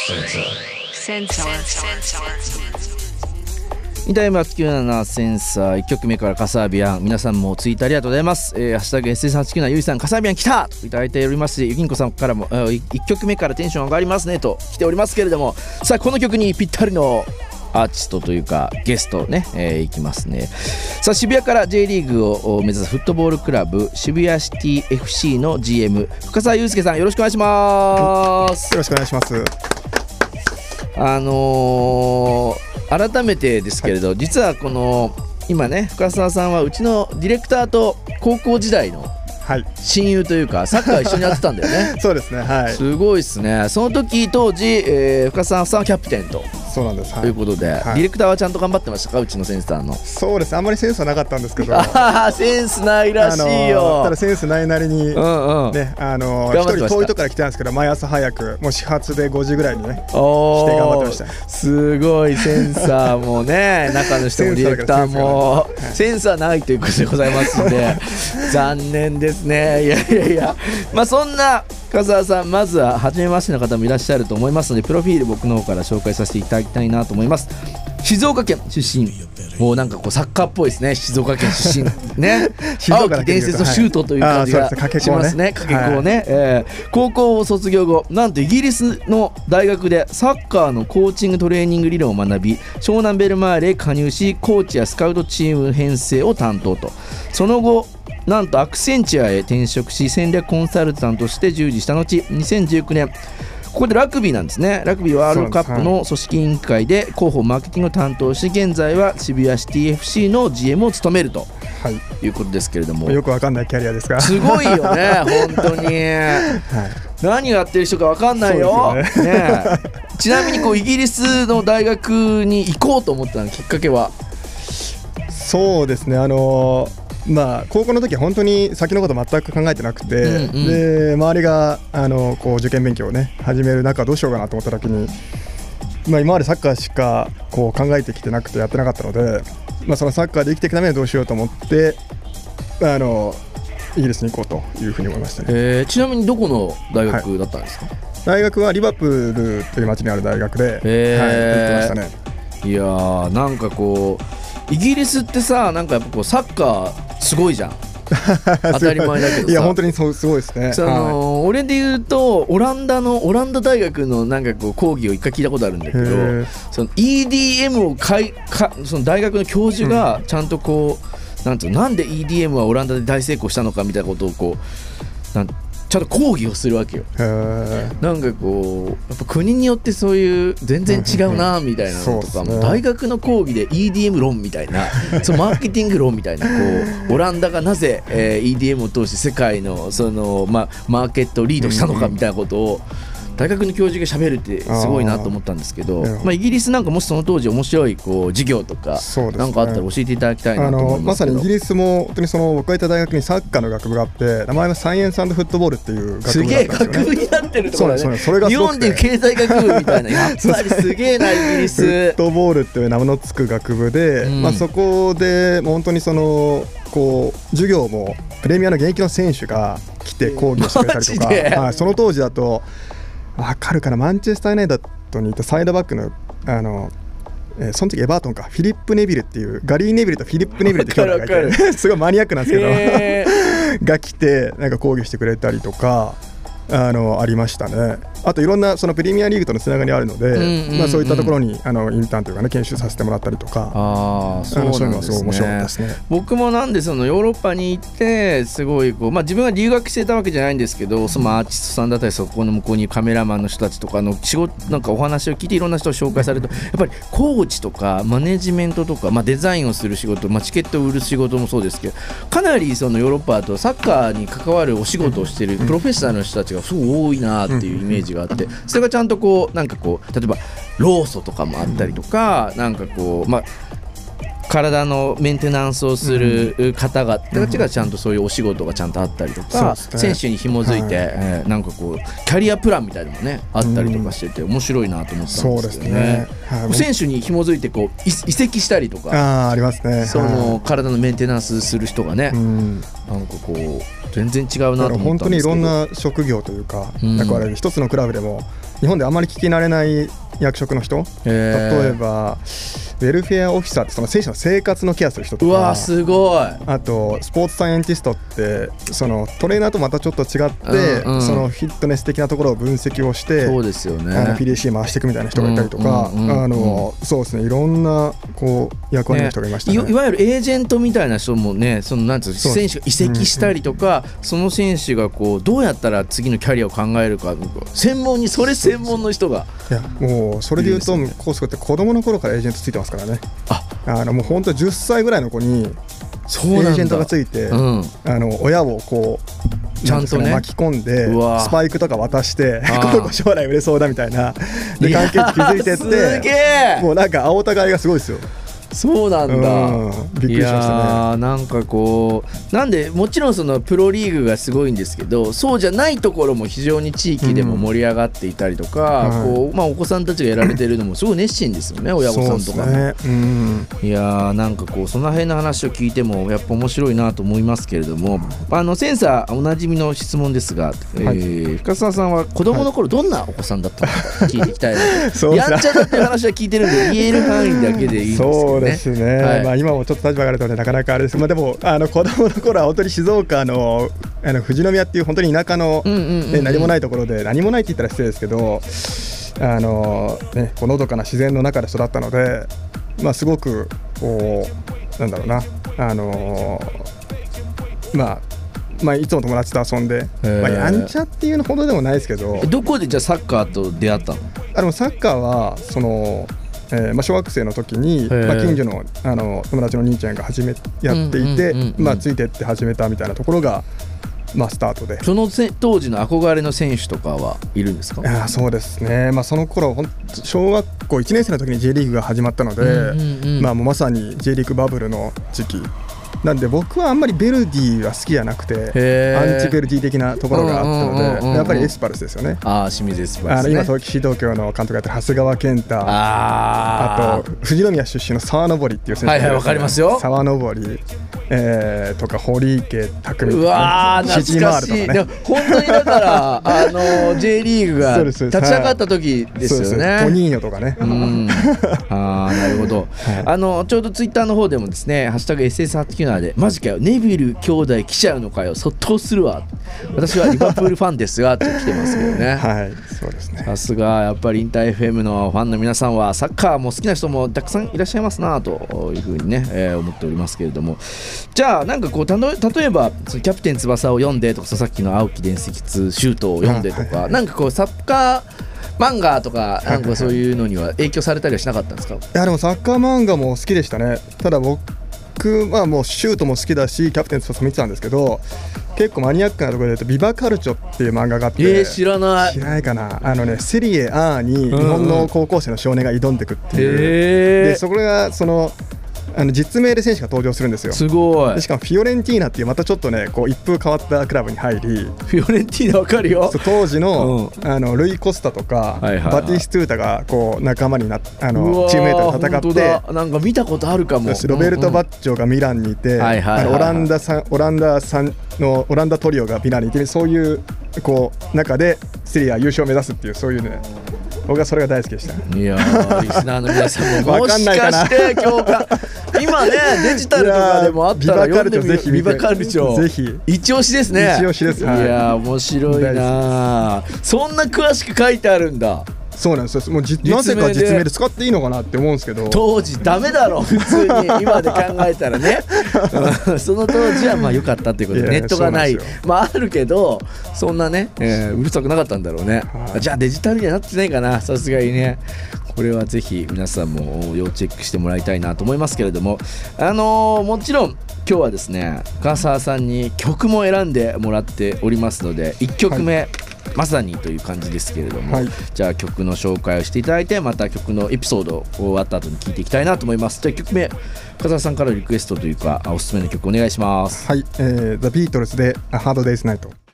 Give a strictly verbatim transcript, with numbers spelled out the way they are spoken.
センサーインタイムはちきゅうななセンサーいっきょくめからカサービアン、皆さんもツイートありがとうございます。えー、ハッシュタグ エスエスはちきゅうなな ゆいさんカサービアン来たといただいておりますし、ゆきんこさんからもいっきょくめからテンション上がりますねと来ておりますけれども、さあこの曲にぴったりのアーティストというかゲストね、えー、いきますね。さあ渋谷から J リーグを目指すフットボールクラブ渋谷シティ エフシー の ジーエム 深澤祐介さん、よろしくお願いします。 よろしくお願いします。 あのー、改めてですけれど、はい、実はこの今ね深澤さんはうちのディレクターと高校時代の親友というか、サッカー一緒にやってたんだよねそうですね、はい、 すごいですね。その時当時、えー、深澤さんはキャプテンとそうなんです、はい、 ということで、はい、ディレクターはちゃんと頑張ってましたか、うちのセンサーの。 そうです、あんまりセンスはなかったんですけどあセンスないらしいよ。 ただセンスないなりに、うんうん、ね、あの一人遠いとこから来たんですけど、毎朝早くもう始発でごじぐらいにね来て頑張ってました。 すごいセンサーもね中の人もディレクターもセンサーないということでございますので残念ですね。いやいやいや、まあそんな深澤さん、まずは初めましての方もいらっしゃると思いますので、プロフィール僕の方から紹介させていただきたいなと思います。静岡県出身、もうなんかこうサッカーっぽいですね、静岡県出身ね青木伝説のシュートという感じがしますね、かけ子をね、えー、高校を卒業後、なんとイギリスの大学でサッカーのコーチングトレーニング理論を学び、湘南ベルマーレへ加入し、コーチやスカウトチーム編成を担当と。その後なんとアクセンチュアへ転職し、戦略コンサルタントとして従事した後、にせんじゅうきゅうねんここでラグビーなんですね。ラグビーワールドカップの組織委員会で広報マーケティングを担当し、現在は渋谷シティ エフシー の ジーエム を務めると、はい、いうことですけれども、 よくわかんないキャリアですがすごいよね本当に、はい、何をやってる人かわかんないよ、ねね、ちなみにこうイギリスの大学に行こうと思ったのきっかけは。 そうですね、あのーまあ、高校の時は本当に先のこと全く考えてなくて、うんうん、で周りがあのこう受験勉強を、ね、始める中どうしようかなと思った時に、まあ、今までサッカーしかこう考えてきてなくてやってなかったので、まあ、そのサッカーで生きていくためにはどうしようと思ってあのイギリスに行こうというふうに思いましたね。 えー、ちなみにどこの大学だったんですか？はい、 大学はリバプールという町にある大学で、えーはい、行ってましたね。 いやー、なんかこうイギリスってさ、なんかやっぱこうサッカーすごいじゃん当たり前だけどさ、 いや本当にそうすごいですね。 その、はい、俺で言うとオランダのオランダ大学のなんかこう講義を一回聞いたことあるんだけど、その イーディーエム をかいかその大学の教授がちゃんとこう、うん、なんていうの、なんで イーディーエム はオランダで大成功したのかみたいなことをこうなんちゃんと講義をするわけよ。なんかこうやっぱ国によってそういう全然違うなみたいなのとかも、大学の講義で イーディーエム 論みたいなそのマーケティング論みたいな、こうオランダがなぜ、えー、イーディーエム を通して世界のその、ま、マーケットをリードしたのかみたいなことを大学の教授がしゃべるってすごいなと思ったんですけど、まあ、イギリスなんかもしその当時面白いこう授業とかなんかあったら教えていただきたいなと思いますけど。 あのまさにイギリスも本当にその僕がいた大学にサッカーの学部があって、名前はサイエンス&フットボールっていう学部だったんですよね。すげえ学部になってるところだね。 それが日本でいう経済学部みたいな、やっぱりすげえなイギリス。 フットボールっていう名の付く学部で、うん、まあ、そこでもう本当にそのこう授業もプレミアの現役の選手が来て講義をしてくれたりとか、はい、その当時だと分かるかな、マンチェスター・ユナイテッドにいたサイドバックのあの、えー、その時エバートンかフィリップ・ネビルっていうガリー・ネビルとフィリップ・ネビルって兄弟がいてすごいマニアックなんですけどが来てなんか講義してくれたりとかあのありましたね。あといろんなそのプレミアリーグとのつながりあるので、うんうんうん、まあ、そういったところにあのインターンというかね研修させてもらったりとか、 あそうなんですね、そういうのはすごい面白かったですね。僕もなんでそのヨーロッパに行ってすごいこう、まあ、自分が留学してたわけじゃないんですけど、そのアーティストさんだったりそこの向こうにカメラマンの人たちとかの仕事なんかお話を聞いていろんな人を紹介されると、やっぱりコーチとかマネジメントとか、まあ、デザインをする仕事、まあ、チケットを売る仕事もそうですけど、かなりそのヨーロッパだとサッカーに関わるお仕事をしているプロフェッショナルの人たちがすごい多いなっていうイメージがあって、それがちゃんとこうなんかこう例えば労組とかもあったりとか、なんかこうまあ体のメンテナンスをする方々たちがちゃんとそういうお仕事がちゃんとあったりとか、選手に紐づいて、えなんかこうキャリアプランみたいなのもねあったりとかしてて面白いなと思ったんですけどね。選手に紐づいてこう移籍したりとか、 あありますね。 その体のメンテナンスする人がね、なんかこう全然違うなと思ったんですけど、 本当にいろんな職業というか、うん、なんかあれ一つのクラブでも日本であんまり聞き慣れない役職の人、例えばウェルフェアオフィサーってその選手の生活のケアする人とか、 うわすごい。 あとスポーツサイエンティストってそのトレーナーとまたちょっと違って、うんうん、そのフィットネス的なところを分析をして、 そうですよね、 あの ピーディーシー 回していくみたいな人がいたりとか、うんうんうんうん、あのそうですね、いろんなこう役割の人がいましたね。 ね、い, いわゆるエージェントみたいな人もね、そのなんていうの、選手が移籍したりとか、うんうん、その選手がこうどうやったら次のキャリアを考えるか、専門にそれ専門の人が、 いやもうそれでいうとコースコって子供の頃からエージェントついてますからね。ああのもう本当じゅっさいぐらいの子にエージェントがついて、うん、あの親をこうちゃんとね巻き込んでスパイクとか渡してこの子将来売れそうだみたいなで関係築いてってもうなんか青互いがすごいですよ。 そうなんだ、 うん、びっくりしましたね。いやなんかこうなんでもちろんそのプロリーグがすごいんですけど、そうじゃないところも非常に地域でも盛り上がっていたりとか、うんこうまあ、お子さんたちがやられてるのもすごい熱心ですよね、親御さんとかも、ねうん、いやなんかこうその辺の話を聞いてもやっぱ面白いなと思いますけれども、あのセンサーおなじみの質問ですが、はいえー、深澤さんは子供の頃どんなお子さんだったのか聞いていきたいなとやんちゃだっていう話は聞いてるんで言える範囲だけでいいんですけどね。 そうですね、はいまあ、今もちょっと立場があるとねなかなかあれです、まあ、でもあの子供の頃は本当に静岡の、あの富士宮っていう本当に田舎の、うんうんうんうん、何もないところで、何もないって言ったら失礼ですけど、あの、ね、こうのどかな自然の中で育ったので、まあ、すごくこうなんだろうな、あのまあまあ、いつも友達と遊んで、まあ、やんちゃっていうほどでもないですけど。 どこでじゃあサッカーと出会ったの？ あのサッカーはそのえーまあ、小学生の時に、まあ、近所 の, あの友達の兄ちゃんが始めやっていて、うんうんうんうんまあ、ついてって始めたみたいなところが、まあ、スタートで。 そのせ当時の憧れの選手とかはいるんですか？ あそうですね、まあ、その頃ほん小学校いちねん生の時に J リーグが始まったので、うんうんうんまあ、もうまさに J リーグバブルの時期なんで、僕はあんまりベルディは好きじゃなくてアンチベルディ的なところがあったので、やっぱりエスパルスですよね。 あ清水エスパルス、ね、 あの今東京東京の監督やってる長谷川健太、 あ, あと富士宮出身の沢登っていう選手がいる、ね、はいはいわかりますよ。沢登、えー、とか堀池匠、 うわー懐かしい、ね、でも本当にだからあの J リーグが立ち上がった時ですよね。 トニーニョとかね、うん、 あなるほど、はい、あのちょうどツイッターの方でもですねハッシュタグ エスエスはちきゅうなな でマジかよネビル兄弟来ちゃうのかよそっとするわ私はリバプールファンですがって来てますけどねはいそうですね、 さすがやっぱりインター エフエム のファンの皆さんはサッカーも好きな人もたくさんいらっしゃいますなというふうにね、えー、思っておりますけれども、じゃあなんかこうたの例えばそのキャプテン翼を読んでとかさっきの青木伝説シュートを読んでとか、はいはい、なんかこうサッカー漫画とかなんかそういうのには影響されたりはしなかったんですか？いやでもサッカー漫画も好きでしたね。ただ僕はもうシュートも好きだしキャプテン翼見てたんですけど、結構マニアックなところで言うとビバカルチョっていう漫画があって、 えー、知らない知らないかな。あのねセリエ A に日本の高校生の少年が挑んでいくっていう、うん、でそこがそのあの実名で選手が登場するんですよ。 すごい。 でしかもフィオレンティーナっていうまたちょっとねこう一風変わったクラブに入り、フィオレンティーナわかるよ。 当時 の,、うん、あのルイ・コスタとか、はいはいはい、バティストゥータがこう仲間になっあのチームメイトで戦って、 なんか見たことあるかも。 ロベルト・バッジョがミランにいて、うんうん、あのオランダさんオランダさんのオランダトリオがミランにいて、そういうこう中でセリア優勝を目指すっていうそういうね。僕はそれが大好きでした。 いやーリスナーの皆さんももしかして今日か今ねデジタルとかでもあったら読んでみる。ビバカルチョぜひ一押しですね。 一押しです、 はい、いやー面白いな。そんな詳しく書いてあるんだ。 そうなんですよ。もうなぜか実名で使っていいのかなって思うんですけど、 当時ダメだろ普通に今で考えたらねその当時はまあ良かったっていうことで、ネットがないまああるけどそんなね、えー、うるさくなかったんだろうね。じゃあデジタルにはなってないかな、さすがにね。これはぜひ皆さんも要チェックしてもらいたいなと思いますけれども、あのー、もちろん今日はですね深澤さんに曲も選んでもらっておりますので、いっきょくめ、はい、まさにという感じですけれども、はい、じゃあ曲の紹介をしていただいて、また曲のエピソード終わった後に聴いていきたいなと思います。じゃあいっきょくめ深澤さんからリクエストというかおすすめの曲お願いします。 はい、えー、The Beatles で A Hard Day's Night。